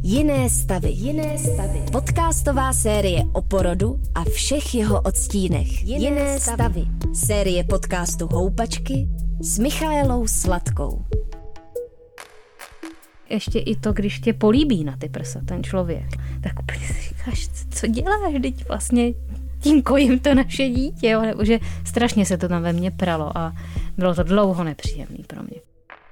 Jiné stavy. Podcastová série o porodu a všech jeho odstínech. Jiné stavy. Série podcastu Houpačky s Michaelou Sladkou. Ještě i to, když tě políbí na ty prsa ten člověk, tak úplně si říkáš, co děláš, teď vlastně tím kojím to naše dítě, jo? Nebo že strašně se to tam ve mně pralo a bylo to dlouho nepříjemný pro mě.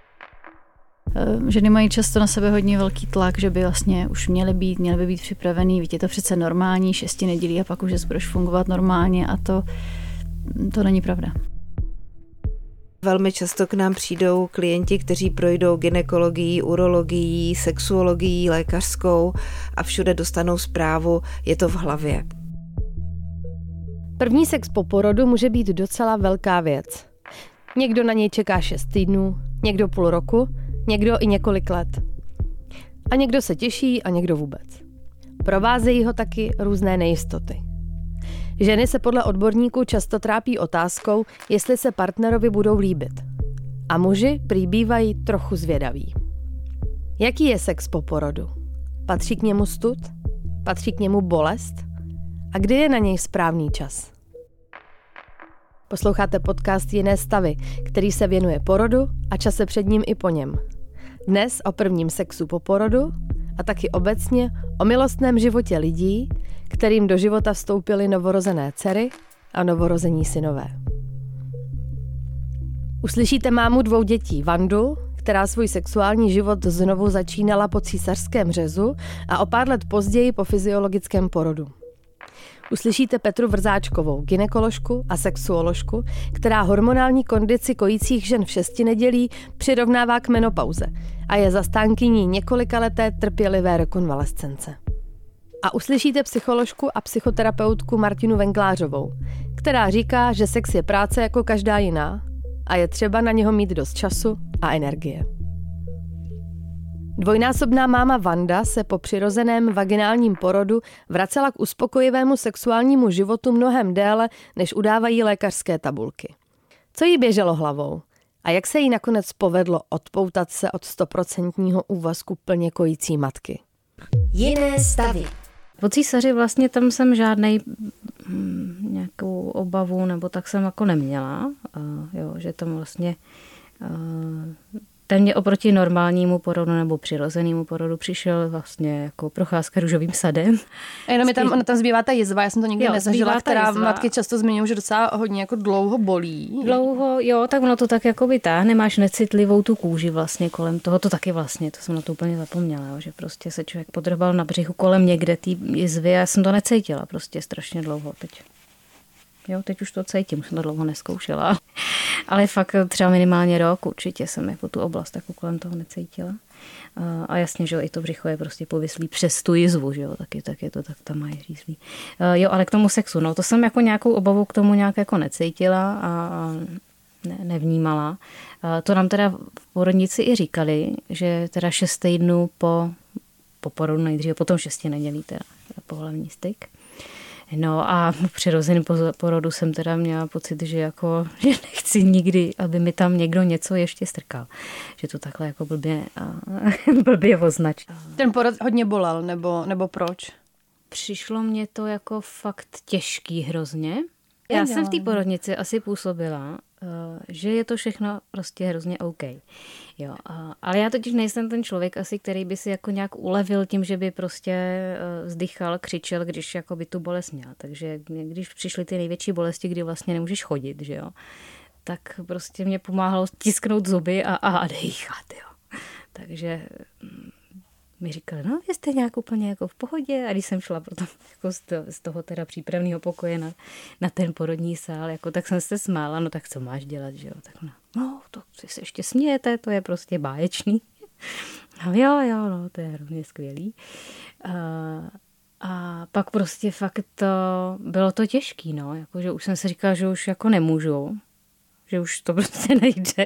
Ženy mají často na sebe hodně velký tlak, že by vlastně už měly by být připravený, víte, je to přece normální, 6 nedělí a pak už budeš fungovat normálně a to není pravda. Velmi často k nám přijdou klienti, kteří projdou gynekologií, urologií, sexuologií, lékařskou a všude dostanou zprávu, je to v hlavě. První sex po porodu může být docela velká věc. Někdo na něj čeká 6 týdnů, někdo půl roku, někdo i několik let. A někdo se těší a někdo vůbec. Provázejí ho taky různé nejistoty. Ženy se podle odborníků často trápí otázkou, jestli se partnerovi budou líbit. A muži prý bývají trochu zvědaví. Jaký je sex po porodu? Patří k němu stud? Patří k němu bolest? A kdy je na něj správný čas? Posloucháte podcast Jiné stavy, který se věnuje porodu a čase před ním i po něm. Dnes o prvním sexu po porodu a taky obecně o milostném životě lidí, kterým do života vstoupily novorozené dcery a novorození synové. Uslyšíte mámu 2 dětí, Vandu, která svůj sexuální život znovu začínala po císařském řezu a o pár let později po fyziologickém porodu. Uslyšíte Petru Vrzáčkovou, gynekoložku a sexuoložku, která hormonální kondici kojících žen v 6 nedělí přirovnává k menopauze a je zastánkyní několikaleté trpělivé rekonvalescence. A uslyšíte psycholožku a psychoterapeutku Martinu Venklářovou, která říká, že sex je práce jako každá jiná a je třeba na něho mít dost času a energie. Dvojnásobná máma Vanda se po přirozeném vaginálním porodu vracela k uspokojivému sexuálnímu životu mnohem déle, než udávají lékařské tabulky. Co jí běželo hlavou? A jak se jí nakonec povedlo odpoutat se od 100% úvazku plně kojící matky? Jiné stavy. Po císaři vlastně tam jsem žádnej nějakou obavu, nebo tak jsem jako neměla, jo, že tam vlastně ten mě oproti normálnímu porodu nebo přirozenému porodu přišel vlastně jako procházka růžovým sadem. A jenom ona tam zbývá ta jizva, já jsem to nikdy nezažila, která jizva. Matky často zmiňují, že docela hodně jako dlouho bolí. Dlouho, jo, tak ono to tak jako vytáhne, máš necitlivou tu kůži vlastně kolem toho, to taky vlastně, to jsem na to úplně zapomněla, jo, že prostě se člověk podrbal na břichu kolem někde té jizvy a já jsem to necítila prostě strašně dlouho teď. Jo, teď už to cítím, jsem to dlouho neskoušela. Ale fakt třeba minimálně rok určitě jsem jako tu oblast jako kolem toho necítila. A jasně, že jo, i to břicho je prostě povislý přes tu jizvu, že jo, tak je to tak tam mají řízlý. Jo, ale k tomu sexu, no to jsem jako nějakou obavu k tomu nějak jako necítila a nevnímala. To nám teda v porodnici i říkali, že teda 6 týdnů po porodu nejdříve, potom 6 nedělí teda pohlavní styk. No a v přirozeném porodu jsem teda měla pocit, že nechci nikdy, aby mi tam někdo něco ještě strkal. Že to takhle jako blbě označí. Ten porod hodně bolel, nebo proč? Přišlo mě to jako fakt těžký hrozně. Já jsem v té porodnici asi působila, že je to všechno prostě hrozně OK. Jo, ale já totiž nejsem ten člověk asi, který by si jako nějak ulevil tím, že by prostě vzdychal, křičel, když jako by tu bolest měl. Takže když přišly ty největší bolesti, kdy vlastně nemůžeš chodit, že jo, tak prostě mě pomáhalo stisknout zuby a dýchat, jo. Takže mi říkali, no, vy jste nějak úplně jako v pohodě. A když jsem šla potom jako z toho teda přípravného pokoje na ten porodní sál, jako, tak jsem se smála, no tak co máš dělat, že jo? Tak no, to si se ještě smějete, to je prostě báječný. A jo, no, to je hrozně skvělý. A pak prostě fakt bylo to těžký, no, jako, že už jsem si říkala, že už jako nemůžu, že už to prostě nejde.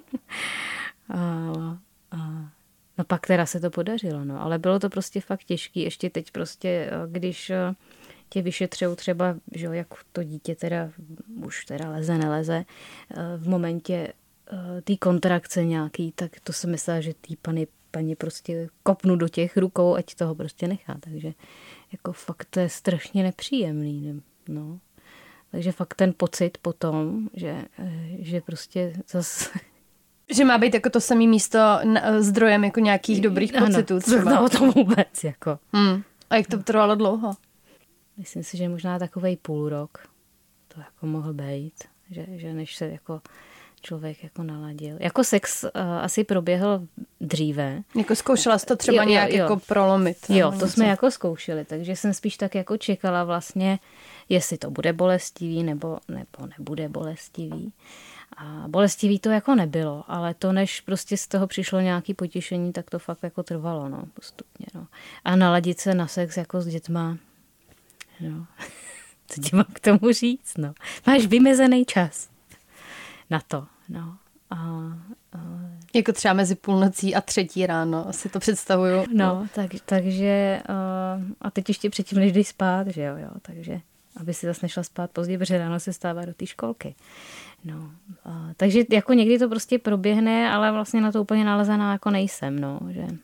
No pak teda se to podařilo, no, ale bylo to prostě fakt těžký. Ještě teď prostě, když tě vyšetřují třeba, že jak to dítě teda už teda leze, neleze, v momentě té kontrakce nějaký, tak to jsem myslela, že ty pany paní prostě kopnu do těch rukou, ať toho prostě nechá. Takže jako fakt to je strašně nepříjemný. No. Takže fakt ten pocit potom, že prostě zase... Že má být jako to samé místo zdrojem jako nějakých dobrých pocitů třeba. No to vůbec jako. A jak to trvalo dlouho? Myslím si, že možná takovej půl rok to jako mohl být, že než se jako člověk jako naladil. Jako sex asi proběhl dříve. Jako zkoušela jsi to třeba nějak jako prolomit. Jo, to jsme jako zkoušeli, takže jsem spíš tak jako čekala vlastně, jestli to bude bolestivý nebo nebude bolestivý. A bolestivý to jako nebylo, ale to, než prostě z toho přišlo nějaké potěšení, tak to fakt jako trvalo, no, postupně, no. A naladit se na sex jako s dětma, no, co ti mám k tomu říct, no. Máš vymezený čas na to, no. Jako třeba mezi půlnocí a 3 ráno, si to představuju. No, takže a teď ještě předtím, než jdeš spát, že jo, takže aby si zase nešla spát pozdě, protože ráno se stává do té školky. No, takže jako někdy to prostě proběhne, ale vlastně na to úplně nalezená jako nejsem, no,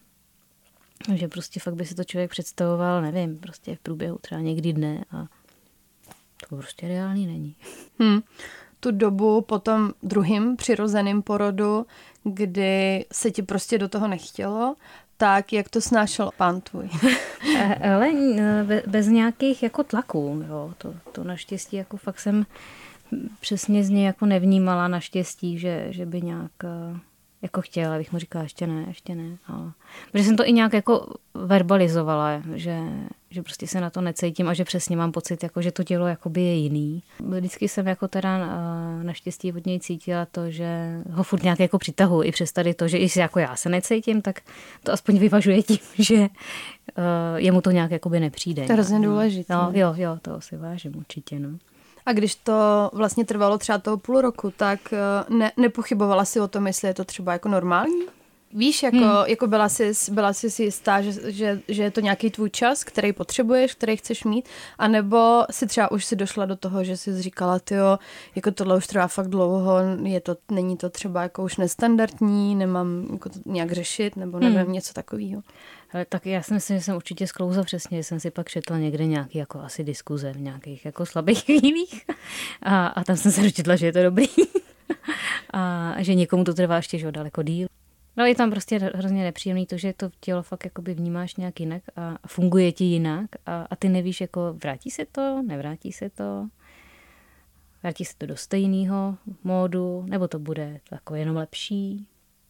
že prostě fakt by si to člověk představoval, nevím, prostě v průběhu třeba někdy dne a to prostě reálný není. Tu dobu po tom druhým přirozeným porodu, kdy se ti prostě do toho nechtělo, tak jak to snášel pán tvůj? Ale bez nějakých jako tlaků, jo, to naštěstí jako fakt jsem přesně z něj jako nevnímala naštěstí, že by nějak jako chtěla, bych mu říkala ještě ne. Protože jsem to i nějak jako verbalizovala, že prostě se na to necítím a že přesně mám pocit, jako, že to tělo jakoby je jiný. Vždycky jsem jako teda naštěstí od něj cítila to, že ho furt nějak jako přitahuji i přes tady to, že i jako já se necítím, tak to aspoň vyvažuje tím, že jemu to nějak jakoby nepřijde. To je hrozně důležité. No, jo, to si vážím určitě, no. A když to vlastně trvalo třeba toho půl roku, tak nepochybovala si o tom, jestli je to třeba jako normální? Víš, jako byla jsi si jistá, že je to nějaký tvůj čas, který potřebuješ, který chceš mít, anebo si třeba už si došla do toho, že jsi říkala, tyjo, jako tohle už trvá fakt dlouho, není to třeba jako už nestandardní, nemám jako to nějak řešit, nebo nevím, něco takového. Ale tak já si myslím, že jsem určitě sklouzla přesně, že jsem si pak četla někde nějaký jako asi diskuze v nějakých jako slabých chvílích a tam jsem se dočetla, že je to dobrý a že někomu to trvá ještě daleko díl. No je tam prostě hrozně nepříjemný to, že to tělo fakt jakoby vnímáš nějak jinak a funguje ti jinak a ty nevíš, jako vrátí se to, nevrátí se to, vrátí se to do stejného módu, nebo to bude jako jenom lepší.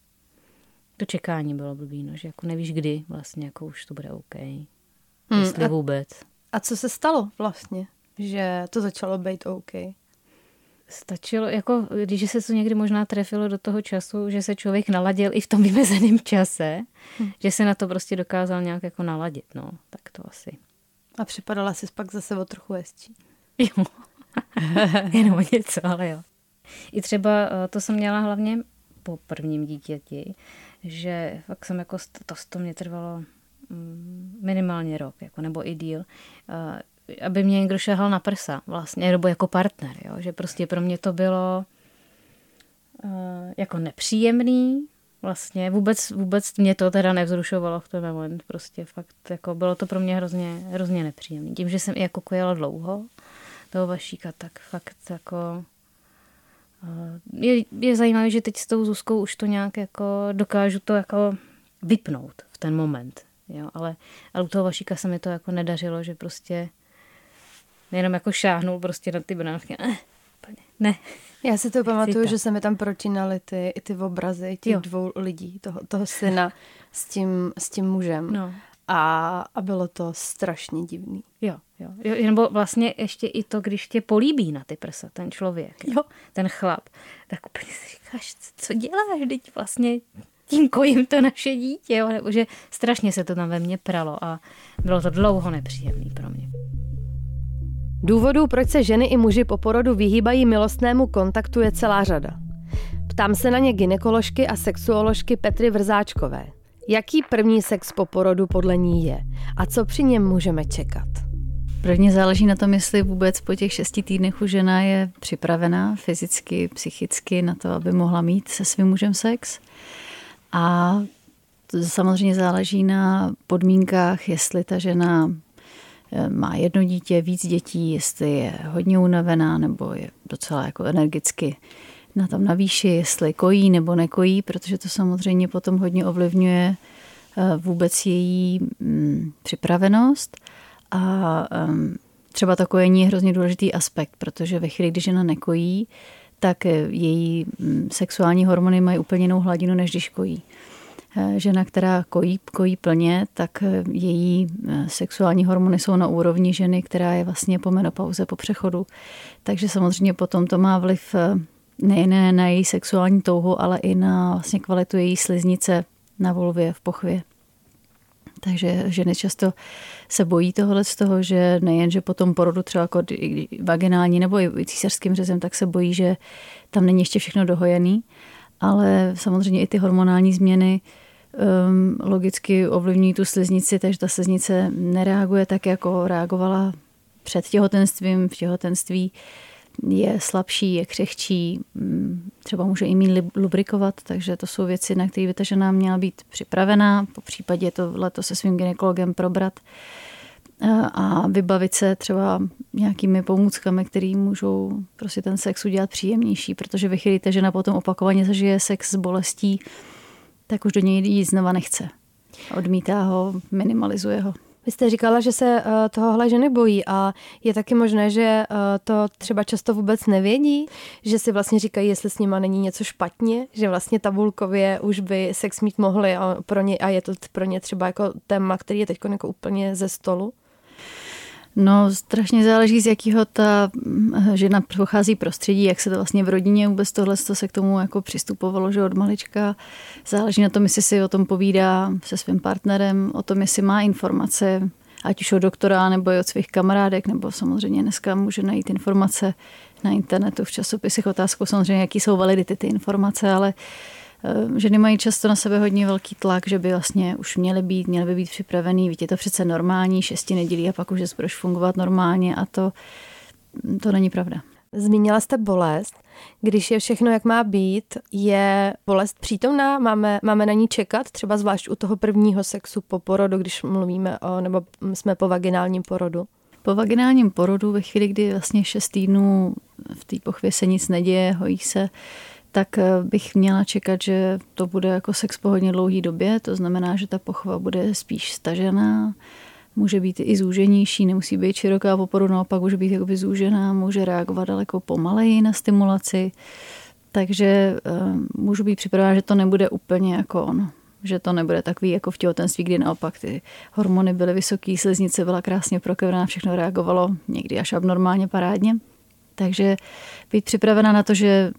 To čekání bylo blbý, no, že jako nevíš kdy vlastně, jako už to bude OK. Jestli vůbec. A co se stalo vlastně, že to začalo být OK? Stačilo, jako když se to někdy možná trefilo do toho času, že se člověk naladil i v tom vymezeném čase, že se na to prostě dokázal nějak jako naladit, no, tak to asi. A připadala jsi pak zase o trochu hezčí. Jo, jenom něco, ale jo. I třeba to jsem měla hlavně po prvním dítěti, že fakt jsem jako, to mě trvalo minimálně rok, jako, nebo i díl, aby mě někdo šahal na prsa vlastně, nebo jako partner, jo? Že prostě pro mě to bylo jako nepříjemný, vlastně vůbec mě to teda nevzrušovalo v ten moment, prostě fakt jako bylo to pro mě hrozně nepříjemný. Tím, že jsem i jako kojela dlouho toho Vašíka, tak fakt jako je zajímavé, že teď s tou Zuzkou už to nějak jako dokážu to jako vypnout v ten moment, jo? Ale u toho Vašíka se mi to jako nedařilo, že prostě jenom jako šáhnul prostě na ty banánky. Ne. Já si to pamatuju, že se mi tam protinaly ty obrazy těch dvou lidí, toho syna s tím mužem. No. A bylo to strašně divný. Jo. Nebo vlastně ještě i to, když tě políbí na ty prsa ten člověk, ten chlap, tak úplně si říkáš, co děláš, teď vlastně tím kojím to naše dítě, jo? Nebo že strašně se to tam ve mně pralo a bylo to dlouho nepříjemný pro mě. Důvodů, proč se ženy i muži po porodu vyhýbají milostnému kontaktu, je celá řada. Ptám se na ně gynekoložky a sexuoložky Petry Vrzáčkové. Jaký první sex po porodu podle ní je a co při něm můžeme čekat? Prvně záleží na tom, jestli vůbec po těch 6 týdnech už žena je připravená fyzicky, psychicky na to, aby mohla mít se svým mužem sex. A To samozřejmě záleží na podmínkách, jestli ta žena má jedno dítě, víc dětí, jestli je hodně unavená nebo je docela jako energicky na tom na výši, jestli kojí nebo nekojí, protože to samozřejmě potom hodně ovlivňuje vůbec její připravenost. A třeba to kojení je hrozně důležitý aspekt, protože ve chvíli, kdy žena nekojí, tak její sexuální hormony mají úplně jinou hladinu, než když kojí. Žena, která kojí plně, tak její sexuální hormony jsou na úrovni ženy, která je vlastně po menopauze, po přechodu. Takže samozřejmě potom to má vliv nejen na její sexuální touhu, ale i na vlastně kvalitu její sliznice na vulvě, v pochvě. Takže ženy často se bojí tohle z toho, že nejen, že po tom porodu třeba jako vaginální nebo i císařským řezem, tak se bojí, že tam není ještě všechno dohojený. Ale samozřejmě i ty hormonální změny logicky ovlivňují tu sliznici, takže ta sliznice nereaguje tak, jako reagovala před těhotenstvím. V těhotenství je slabší, je křehčí, třeba může i méně lubrikovat, takže to jsou věci, na které by ta žena měla být připravená, po případě tohleto se svým gynekologem probrat a vybavit se třeba nějakými pomůckami, které můžou prostě ten sex udělat příjemnější, protože ve chvíli ta žena potom opakovaně zažije sex s bolestí, tak už do něj jít znova nechce. Odmítá ho, minimalizuje ho. Vy jste říkala, že se tohohle ženy bojí a je taky možné, že to třeba často vůbec nevědí, že si vlastně říkají, jestli s nima není něco špatně, že vlastně tabulkově už by sex mít mohli a je to pro ně třeba jako téma, který je teď jako úplně ze stolu. No, strašně záleží, z jakého ta žena pochází prostředí, jak se to vlastně v rodině vůbec tohle se k tomu jako přistupovalo, že od malička. Záleží na tom, jestli si o tom povídá se svým partnerem, o tom, jestli má informace, ať už od doktora, nebo i od svých kamarádek, nebo samozřejmě dneska může najít informace na internetu, v časopisech. Otázkou samozřejmě, jaký jsou validity ty informace, ale ženy mají často na sebe hodně velký tlak, že by vlastně už měly by být připravený. Víte, je to přece normální, 6 nedělí a pak už budeš fungovat normálně a to není pravda. Zmínila jste bolest. Když je všechno, jak má být, je bolest přítomná? Máme na ní čekat? Třeba zvlášť u toho prvního sexu po porodu, když mluvíme nebo jsme po vaginálním porodu? Po vaginálním porodu, ve chvíli, kdy vlastně 6 týdnů v té pochvě se nic neděje, hojí se, tak bych měla čekat, že to bude jako sex po hodně dlouhé době. To znamená, že ta pochva bude spíš stažená, může být i zúženější, nemusí být široká po porodu, naopak může být jakoby zúžená, může reagovat daleko pomaleji na stimulaci. Takže můžu být připravená, že to nebude úplně jako ono. Že to nebude takový jako v těhotenství, kdy naopak ty hormony byly vysoký, sliznice byla krásně prokrvená, všechno reagovalo někdy až abnormálně parádně. Takže být připravená na to, že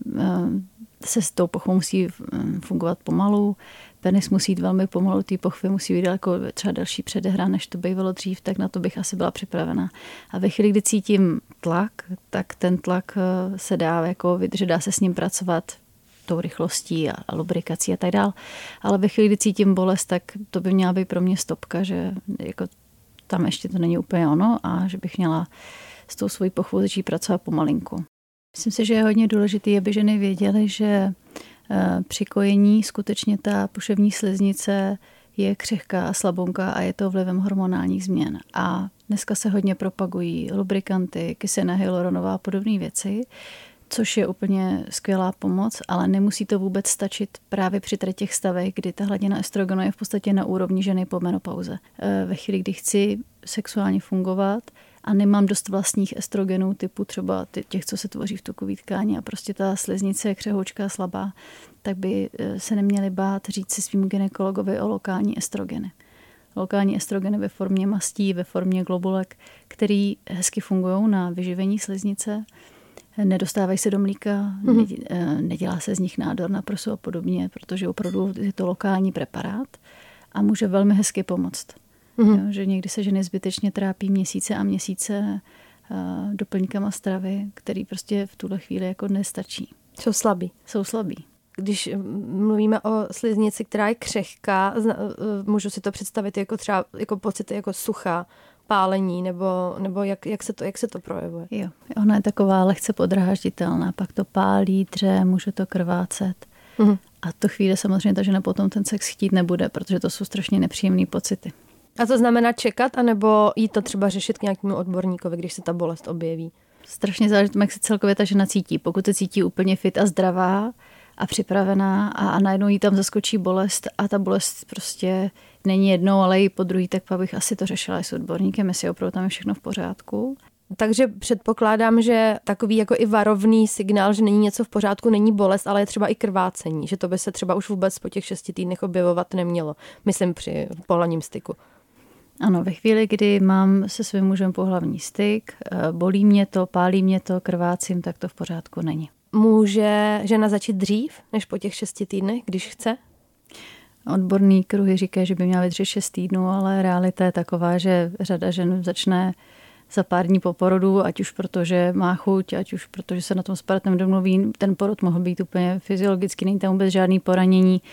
se s tou pochvou musí fungovat pomalu, penis musí jít velmi pomalu, té pochvy musí být daleko třeba další předehra, než to bývalo dřív, tak na to bych asi byla připravená. A ve chvíli, kdy cítím tlak, tak ten tlak se dá jako vydržet, dá se s ním pracovat tou rychlostí a lubrikací a tak dál. Ale ve chvíli, kdy cítím bolest, tak to by měla být pro mě stopka, že jako tam ještě to není úplně ono a že bych měla s tou svojí pochvou začít pracovat pomalinku. Myslím si, že je hodně důležité, aby ženy věděly, že při kojení skutečně ta puševní sliznice je křehká a slabonká a je to vlivem hormonálních změn. A dneska se hodně propagují lubrikanty, kyselina hyaluronová a podobné věci, což je úplně skvělá pomoc, ale nemusí to vůbec stačit právě při těch stavech, kdy ta hladina estrogenu je v podstatě na úrovni ženy po menopauze. Ve chvíli, kdy chci sexuálně fungovat a nemám dost vlastních estrogenů typu třeba těch, co se tvoří v tukové tkáni a prostě ta sliznice je křehoučká, slabá, tak by se neměli bát říct si svým gynekologovi o lokální estrogeny. Lokální estrogeny ve formě mastí, ve formě globulek, který hezky fungují na vyživení sliznice, nedostávají se do mlíka, nedělá se z nich nádor na prsu a podobně, protože opravdu je to lokální preparát a může velmi hezky pomoct. Jo, že někdy se ženy zbytečně trápí měsíce a měsíce doplňkama stravy, který prostě v tuhle chvíli jako nestačí. Jsou slabí. Když mluvíme o sliznici, která je křehká, můžu si to představit jako třeba jako pocity jako sucha, pálení, nebo jak se to projevuje? Jo, ona je taková lehce podrážditelná, pak to pálí, dře, může to krvácet. A to chvíli samozřejmě ta žena potom ten sex chtít nebude, protože to jsou strašně nepříjemné pocity. A to znamená čekat, anebo jít to třeba řešit k nějakému odborníkovi, když se ta bolest objeví? Strašně záleží, jak se celkově ta žena cítí. Pokud se cítí úplně fit a zdravá a připravená a najednou jí tam zaskočí bolest a ta bolest prostě není jednou, ale i po druhý, tak pak bych asi to řešila i s odborníkem, jestli opravdu tam je všechno v pořádku. Takže předpokládám, že takový jako i varovný signál, že není něco v pořádku, není bolest, ale je třeba i krvácení, že to by se třeba už vůbec po těch 6 týdnech objevovat nemělo. Myslím při pohlavním styku. Ano, ve chvíli, kdy mám se svým mužem pohlavní styk, bolí mě to, pálí mě to, krvácím, tak to v pořádku není. Může žena začít dřív, než po těch 6 týdnech, když chce? Odborný kruhy říkají, že by měla vydržet 6 týdnů, ale realita je taková, že řada žen začne za pár dní po porodu, ať už protože má chuť, ať už protože se na tom s partnerem domluví. Ten porod mohl být úplně fyziologicky, není tam vůbec žádný poranění.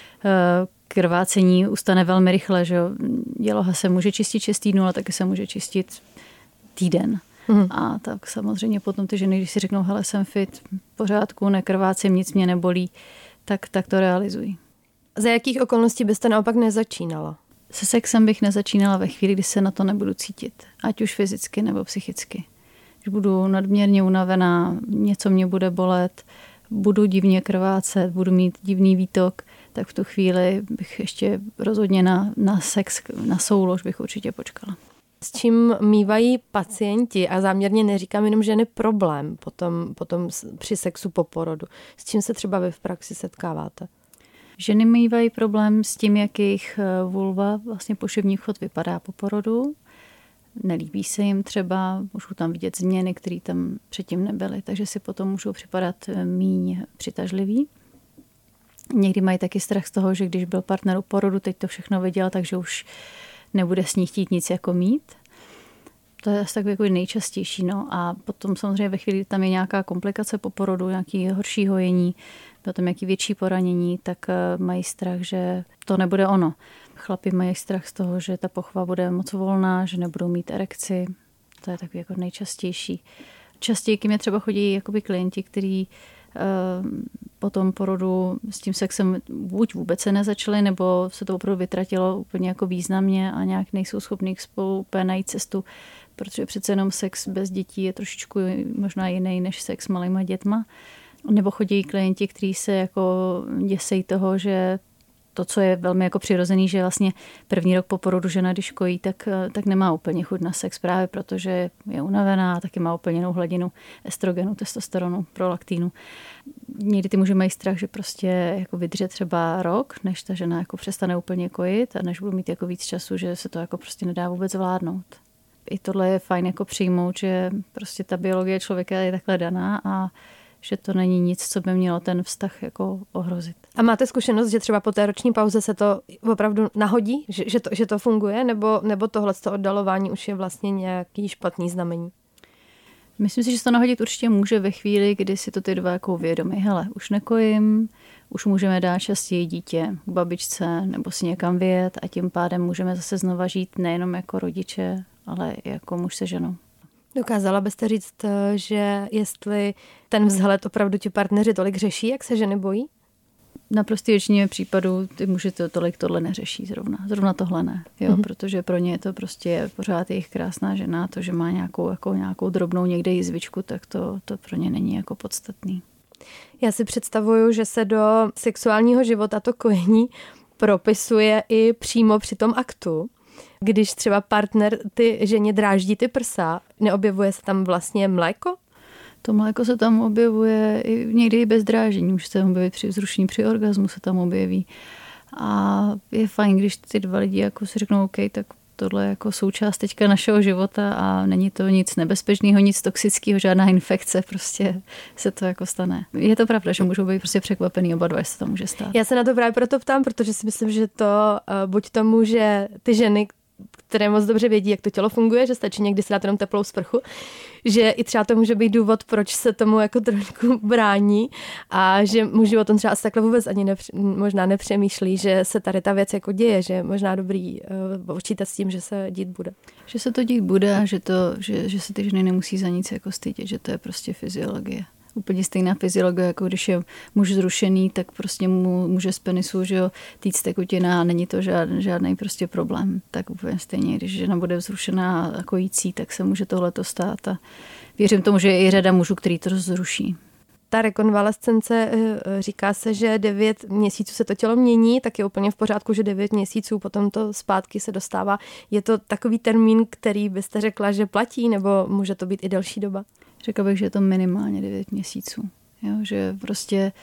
Krvácení ustane velmi rychle, že děloha se může čistit 6 týdnů, ale taky se může čistit týden. A tak samozřejmě potom ty ženy, když si řeknou, hele, jsem fit, v pořádku, nekrvácím, nic mě nebolí, tak to realizují. Za jakých okolností byste naopak nezačínala? Se sexem bych nezačínala ve chvíli, kdy se na to nebudu cítit. Ať už fyzicky nebo psychicky. Když budu nadměrně unavená, něco mě bude bolet, budu divně krvácet, budu mít divný výtok, tak v tu chvíli bych ještě rozhodně na sex, na soulož bych určitě počkala. S čím mívají pacienti, a záměrně neříkám jenom ženy, problém potom při sexu po porodu? S čím se třeba vy v praxi setkáváte? Ženy mívají problém s tím, jak jejich vulva, vlastně poševní vchod vypadá po porodu. Nelíbí se jim třeba, můžou tam vidět změny, které tam předtím nebyly, takže si potom můžou připadat míň přitažliví. Někdy mají taky strach z toho, že když byl partner u porodu, teď to všechno viděl, takže už nebude s ní chtít nic jako mít. To je asi takový nejčastější. No. A potom samozřejmě ve chvíli, kdy tam je nějaká komplikace po porodu, nějaký horší hojení, potom nějaký větší poranění, tak mají strach, že to nebude ono. Chlapi mají strach z toho, že ta pochva bude moc volná, že nebudou mít erekci. To je takový jako nejčastější. Častěji k mě třeba chodí jakoby klienti, kteří po tom porodu s tím sexem buď vůbec se nezačali, nebo se to opravdu vytratilo úplně jako významně a nějak nejsou schopní spolu úplně najít cestu, protože přece jenom sex bez dětí je trošičku možná jiný než sex s malýma dětma. Nebo chodí klienti, kteří se jako děsejí toho, že to, co je velmi jako přirozený, že vlastně první rok po porodu žena, když kojí, tak nemá úplně chuť na sex právě, protože je unavená a taky má úplně jinou hladinu estrogenu, testosteronu, prolaktínu. Někdy ty muži mají strach, že prostě jako vydře třeba rok, než ta žena jako přestane úplně kojit a než budou mít jako víc času, že se to jako prostě nedá vůbec zvládnout. I tohle je fajn jako přijmout, že prostě ta biologie člověka je takhle daná a že to není nic, co by mělo ten vztah jako ohrozit. A máte zkušenost, že třeba po té roční pauze se to opravdu nahodí, že to funguje, nebo tohleto oddalování už je vlastně nějaký špatný znamení? Myslím si, že se to nahodit určitě může ve chvíli, kdy si to ty dva jako uvědomí. Hele, už nekojím, už můžeme dát častěji dítě k babičce nebo si někam vyjet a tím pádem můžeme zase znova žít nejenom jako rodiče, ale jako muž se ženou. Dokázala byste říct, že jestli ten vzhled opravdu ti partneři tolik řeší, jak se ženy bojí? Naprostý většině případů ty muži tohle neřeší zrovna. Zrovna tohle ne, jo, protože pro ně je to prostě pořád jejich krásná žena, to, že má nějakou drobnou někde jizvičku, tak to pro ně není jako podstatný. Já si představuju, že se do sexuálního života to kojení propisuje i přímo při tom aktu. Když třeba partner ty ženě dráždí ty prsa, neobjevuje se tam vlastně mléko? To mléko se tam objevuje někdy i bez dráždění, může se tam objevit při vzrušení, při orgazmu se tam objeví. A je fajn, když ty dva lidi jako si řeknou, OK, tak tohle je jako součást teďka našeho života a není to nic nebezpečného, nic toxického, žádná infekce, prostě se to jako stane. Je to pravda, že můžou být prostě překvapený oba dva, jestli to může stát. Já se na to právě proto ptám, protože si myslím, že to buď to může ty ženy, které moc dobře vědí, jak to tělo funguje, že stačí někdy si dát jenom teplou sprchu, že i třeba to může být důvod, proč se tomu jako trošku brání a že muži o tom třeba asi takhle vůbec ani možná nepřemýšlí, že se tady ta věc jako děje, že možná dobrý počítat s tím, že se dít bude. Že se to dít bude a že se ty ženy nemusí za nic jako stydět, že to je prostě fyziologie. Úplně stejná fyziologie, jako když je muž zrušený, tak prostě může z penisu, že jo, týct tekutina a není to žádný prostě problém. Tak úplně stejně, když žena bude vzrušená a kojící, tak se může tohleto stát a věřím tomu, že je i řada mužů, který to zruší. Ta rekonvalescence, říká se, že 9 měsíců se to tělo mění, tak je úplně v pořádku, že 9 měsíců potom to zpátky se dostává. Je to takový termín, který byste řekla, že platí, nebo může to být i delší doba? Řekla bych, že je to minimálně 9 měsíců. Jo, že prostě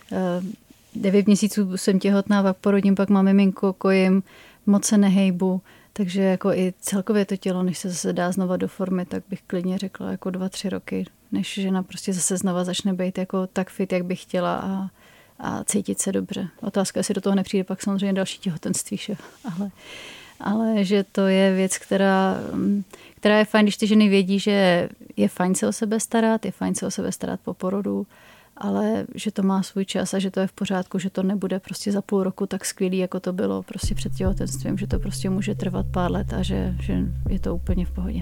9 měsíců jsem těhotná, pak porodím, pak mám miminko, kojím, moc se nehejbu, takže jako i celkově to tělo, než se zase dá znova do formy, tak bych klidně řekla jako 2-3 roky, než žena prostě zase znova začne být jako tak fit, jak bych chtěla a cítit se dobře. Otázka, jestli do toho nepřijde pak samozřejmě další těhotenství, ale že to je věc, která je fajn, když ty ženy vědí, že je fajn se o sebe starat po porodu, ale že to má svůj čas a že to je v pořádku, že to nebude prostě za půl roku tak skvělý, jako to bylo prostě před těhotenstvím, že to prostě může trvat pár let a že je to úplně v pohodě.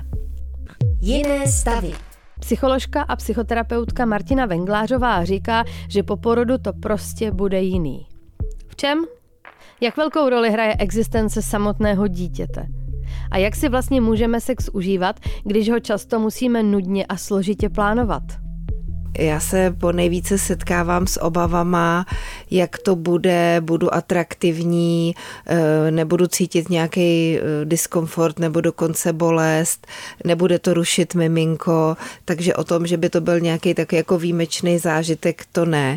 Jiné stavy. Psycholožka a psychoterapeutka Martina Venglářová říká, že po porodu to prostě bude jiný. V čem? Jak velkou roli hraje existence samotného dítěte? A jak si vlastně můžeme sex užívat, když ho často musíme nudně a složitě plánovat? Já se ponejvíce setkávám s obavama, jak to bude, budu atraktivní, nebudu cítit nějaký diskomfort nebo dokonce bolest, nebude to rušit miminko, takže o tom, že by to byl nějaký takový jako výjimečný zážitek, to ne.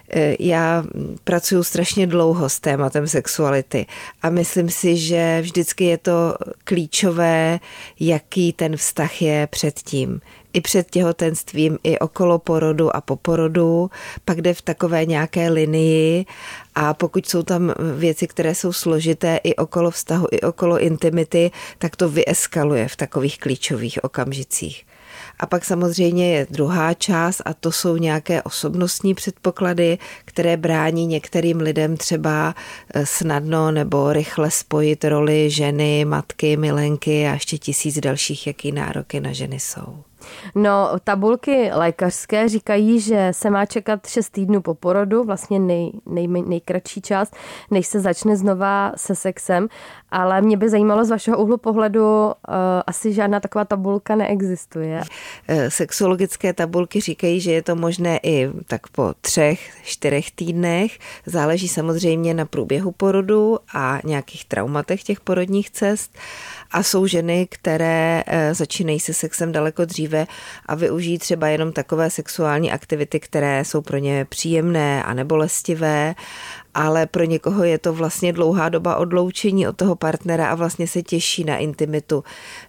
Já pracuji strašně dlouho s tématem sexuality a myslím si, že vždycky je to klíčové, jaký ten vztah je předtím. I před těhotenstvím, i okolo porodu a po porodu, pak jde v takové nějaké linii a pokud jsou tam věci, které jsou složité i okolo vztahu, i okolo intimity, tak to vyeskaluje v takových klíčových okamžicích. A pak samozřejmě je druhá část a to jsou nějaké osobnostní předpoklady, které brání některým lidem třeba snadno nebo rychle spojit roli ženy, matky, milenky a ještě 1000 dalších, jaký nároky na ženy jsou. No, tabulky lékařské říkají, že se má čekat 6 týdnů po porodu, vlastně nejkratší čas, než se začne znova se sexem, ale mě by zajímalo z vašeho úhlu pohledu, asi žádná taková tabulka neexistuje. Sexuologické tabulky říkají, že je to možné i tak po 3-4 týdnech, záleží samozřejmě na průběhu porodu a nějakých traumatech těch porodních cest. A jsou ženy, které začínají se sexem daleko dříve a využijí třeba jenom takové sexuální aktivity, které jsou pro ně příjemné a nebolestivé, ale pro někoho je to vlastně dlouhá doba odloučení od toho partnera a vlastně se těší na intimitu.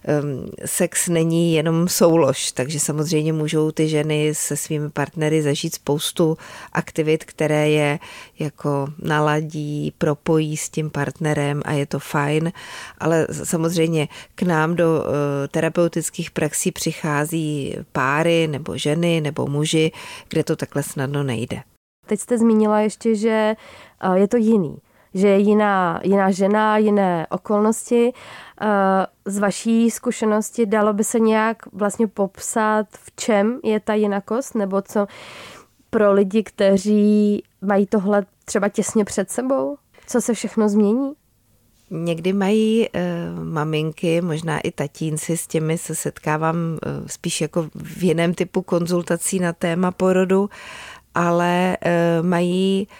Sex není jenom soulož, takže samozřejmě můžou ty ženy se svými partnery zažít spoustu aktivit, které je jako naladí, propojí s tím partnerem a je to fajn, ale samozřejmě k nám do terapeutických praxí přichází páry nebo ženy nebo muži, kde to takhle snadno nejde. Teď jste zmínila ještě, že je to jiný, že je jiná žena, jiné okolnosti. Z vaší zkušenosti dalo by se nějak vlastně popsat, v čem je ta jinakost, nebo co pro lidi, kteří mají tohle třeba těsně před sebou? Co se všechno změní? Někdy mají maminky, možná i tatínci, s těmi se setkávám spíš jako v jiném typu konzultací na téma porodu, ale mají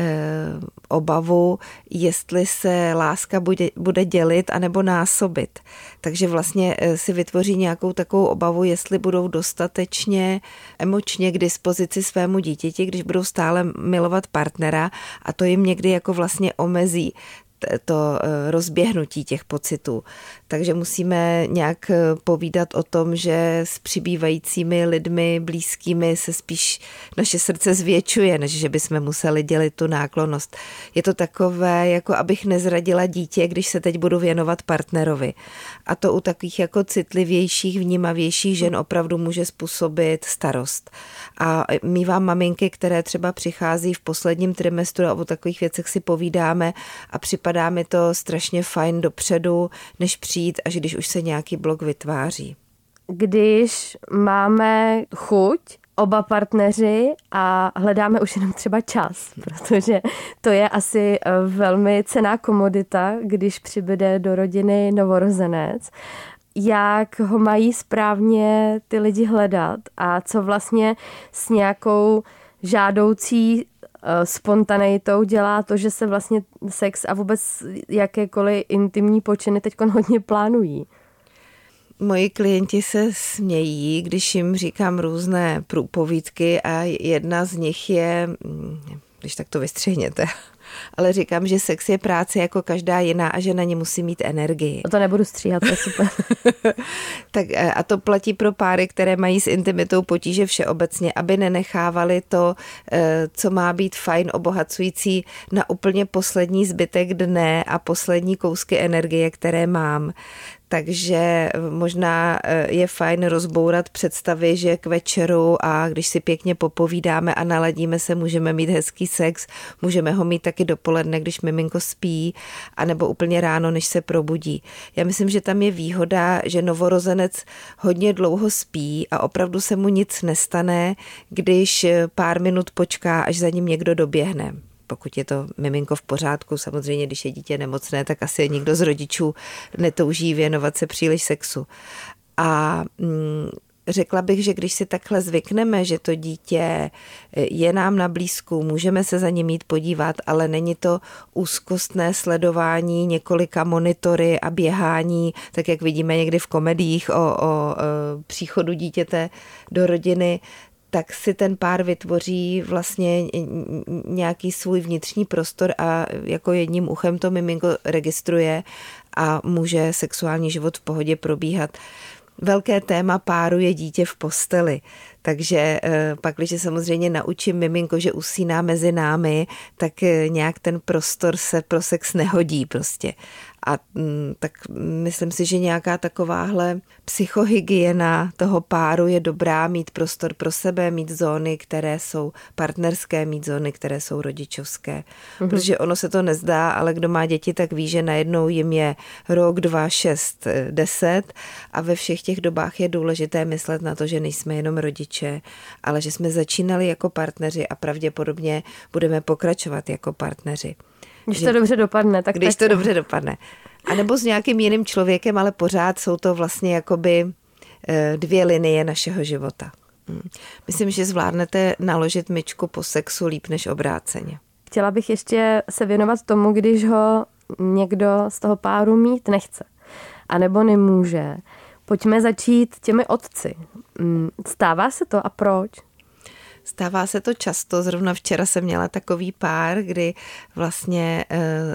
obavu, jestli se láska bude dělit anebo násobit. Takže vlastně si vytvoří nějakou takovou obavu, jestli budou dostatečně emočně k dispozici svému dítěti, když budou stále milovat partnera a to jim někdy jako vlastně omezí to rozběhnutí těch pocitů. Takže musíme nějak povídat o tom, že s přibývajícími lidmi blízkými se spíš naše srdce zvětšuje, než že bychom museli dělit tu náklonnost. Je to takové, jako abych nezradila dítě, když se teď budu věnovat partnerovi. A to u takových jako citlivějších, vnímavějších žen opravdu může způsobit starost. A mívám maminky, které třeba přichází v posledním trimestru a o takových věcech si povídáme a připadá mi to strašně fajn dopředu, než přijít, až když už se nějaký blok vytváří. Když máme chuť oba partneři a hledáme už jenom třeba čas, protože to je asi velmi cenná komodita, když přibude do rodiny novorozenec. Jak ho mají správně ty lidi hledat a co vlastně s nějakou žádoucí spontaneitou dělá to, že se vlastně sex a vůbec jakékoliv intimní počiny teď hodně plánují. Moji klienti se smějí, když jim říkám různé průpovídky a jedna z nich je, když tak to vystřihněte, ale říkám, že sex je práce jako každá jiná a že na ně musí mít energii. To nebudu stříhat, to je super. Tak a to platí pro páry, které mají s intimitou potíže všeobecně, aby nenechávali to, co má být fajn, obohacující na úplně poslední zbytek dne a poslední kousky energie, které mám. Takže možná je fajn rozbourat představy, že k večeru a když si pěkně popovídáme a naladíme se, můžeme mít hezký sex, můžeme ho mít taky dopoledne, když miminko spí, anebo úplně ráno, než se probudí. Já myslím, že tam je výhoda, že novorozenec hodně dlouho spí a opravdu se mu nic nestane, když pár minut počká, až za ním někdo doběhne. Pokud je to miminko v pořádku, samozřejmě, když je dítě nemocné, tak asi nikdo z rodičů netouží věnovat se příliš sexu. A řekla bych, že když si takhle zvykneme, že to dítě je nám na blízku, můžeme se za ním jít podívat, ale není to úzkostné sledování několika monitory a běhání, tak jak vidíme někdy v komediích o příchodu dítěte do rodiny, tak si ten pár vytvoří vlastně nějaký svůj vnitřní prostor a jako jedním uchem to miminko registruje a může sexuální život v pohodě probíhat. Velké téma páru je dítě v posteli, takže pak, když samozřejmě naučím miminko, že usíná mezi námi, tak nějak ten prostor se pro sex nehodí prostě. A tak myslím si, že nějaká takováhle psychohygiena toho páru je dobrá, mít prostor pro sebe, mít zóny, které jsou partnerské, mít zóny, které jsou rodičovské. Protože ono se to nezdá, ale kdo má děti, tak ví, že najednou jim je rok, 2, 6, 10 a ve všech těch dobách je důležité myslet na to, že nejsme jenom rodiče, ale že jsme začínali jako partneři a pravděpodobně budeme pokračovat jako partneři. Když to dobře dopadne, tak když to dobře dopadne. A nebo s nějakým jiným člověkem, ale pořád jsou to vlastně jakoby 2 linie našeho života. Myslím, že zvládnete naložit myčku po sexu líp než obráceně. Chtěla bych ještě se věnovat tomu, když ho někdo z toho páru mít nechce, anebo nemůže. Pojďme začít těmi otci. Stává se to a proč? Stává se to často, zrovna včera jsem měla takový pár, kdy vlastně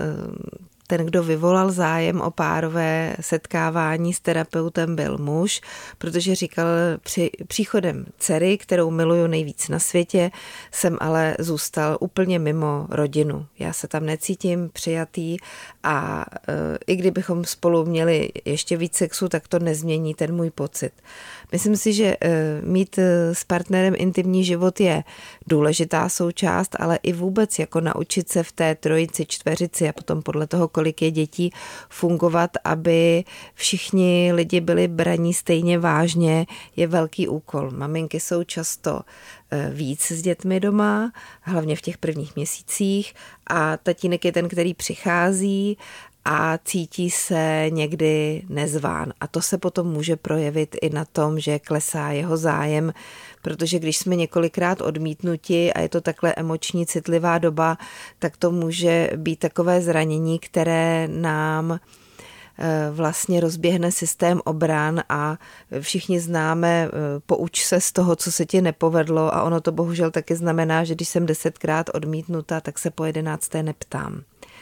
ten, kdo vyvolal zájem o párové setkávání s terapeutem, byl muž, protože říkal, při příchodem dcery, kterou miluju nejvíc na světě, jsem ale zůstal úplně mimo rodinu. Já se tam necítím přijatý a i kdybychom spolu měli ještě víc sexu, tak to nezmění ten můj pocit. Myslím si, že mít s partnerem intimní život je důležitá součást, ale i vůbec jako naučit se v té trojici, čtveřici a potom podle toho, kolik je dětí, fungovat, aby všichni lidi byli braní stejně vážně, je velký úkol. Maminky jsou často víc s dětmi doma, hlavně v těch prvních měsících a tatínek je ten, který přichází a cítí se někdy nezván. A to se potom může projevit i na tom, že klesá jeho zájem, protože když jsme několikrát odmítnuti a je to takhle emoční, citlivá doba, tak to může být takové zranění, které nám vlastně rozběhne systém obran a všichni známe, pouč se z toho, co se ti nepovedlo a ono to bohužel taky znamená, že když jsem 10krát odmítnuta, tak se po 11. neptám.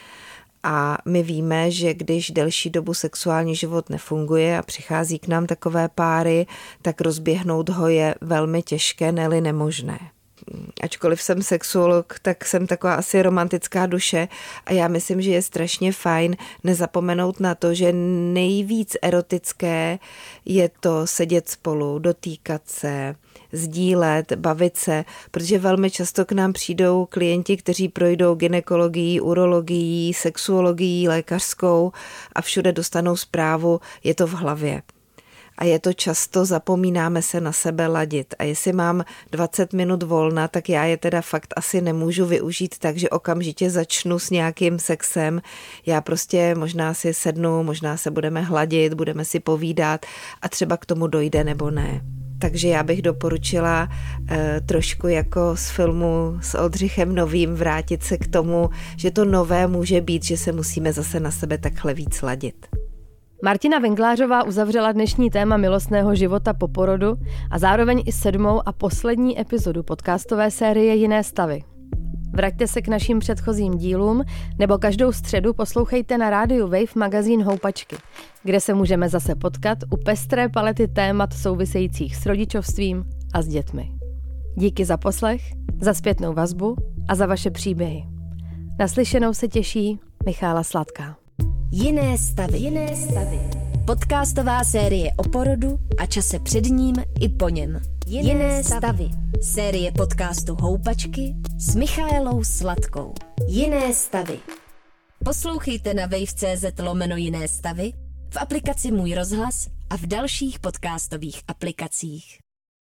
A my víme, že když delší dobu sexuální život nefunguje a přichází k nám takové páry, tak rozběhnout ho je velmi těžké, ne-li nemožné. Ačkoliv jsem sexuolog, tak jsem taková asi romantická duše a já myslím, že je strašně fajn nezapomenout na to, že nejvíc erotické je to sedět spolu, dotýkat se, sdílet, bavit se, protože velmi často k nám přijdou klienti, kteří projdou gynekologií, urologií, sexuologií, lékařskou a všude dostanou zprávu, je to v hlavě. a je to často, zapomínáme se na sebe ladit. A jestli mám 20 minut volna, tak já je teda fakt asi nemůžu využít tak, že okamžitě začnu s nějakým sexem. Já prostě možná si sednu, možná se budeme hladit, budeme si povídat a třeba k tomu dojde nebo ne. Takže já bych doporučila trošku jako z filmu s Oldřichem Novým vrátit se k tomu, že to nové může být, že se musíme zase na sebe takhle víc ladit. Martina Wenglářová uzavřela dnešní téma milostného života po porodu a zároveň i 7. a poslední epizodu podcastové série Jiné stavy. Vraťte se k našim předchozím dílům nebo každou středu poslouchejte na rádiu Wave magazín Houpačky, kde se můžeme zase potkat u pestré palety témat souvisejících s rodičovstvím a s dětmi. Díky za poslech, za zpětnou vazbu a za vaše příběhy. Naslyšenou se těší Michála Sladká. Jiné stavy. Podcastová série o porodu a čase před ním i po něm. Jiné stavy. Série podcastu Houpačky s Michaelou Sladkou. Jiné stavy. Poslouchejte na wave.cz/jiné stavy, v aplikaci Můj rozhlas a v dalších podcastových aplikacích.